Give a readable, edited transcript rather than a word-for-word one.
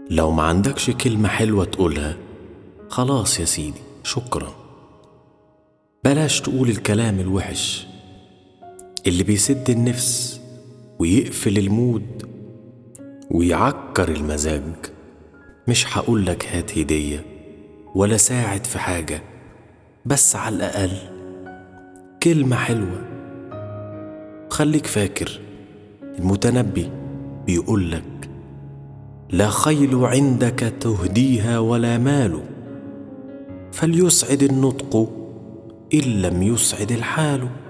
لو ما عندكش كلمة حلوة تقولها، خلاص يا سيدي شكرا. بلاش تقول الكلام الوحش اللي بيسد النفس ويقفل المود ويعكر المزاج. مش هقولك هات هدية ولا ساعد في حاجة، بس على الأقل كلمة حلوة. خليك فاكر المتنبي بيقولك: لا خيل عندك تهديها ولا مال، فليسعد النطق إن لم يسعد الحال.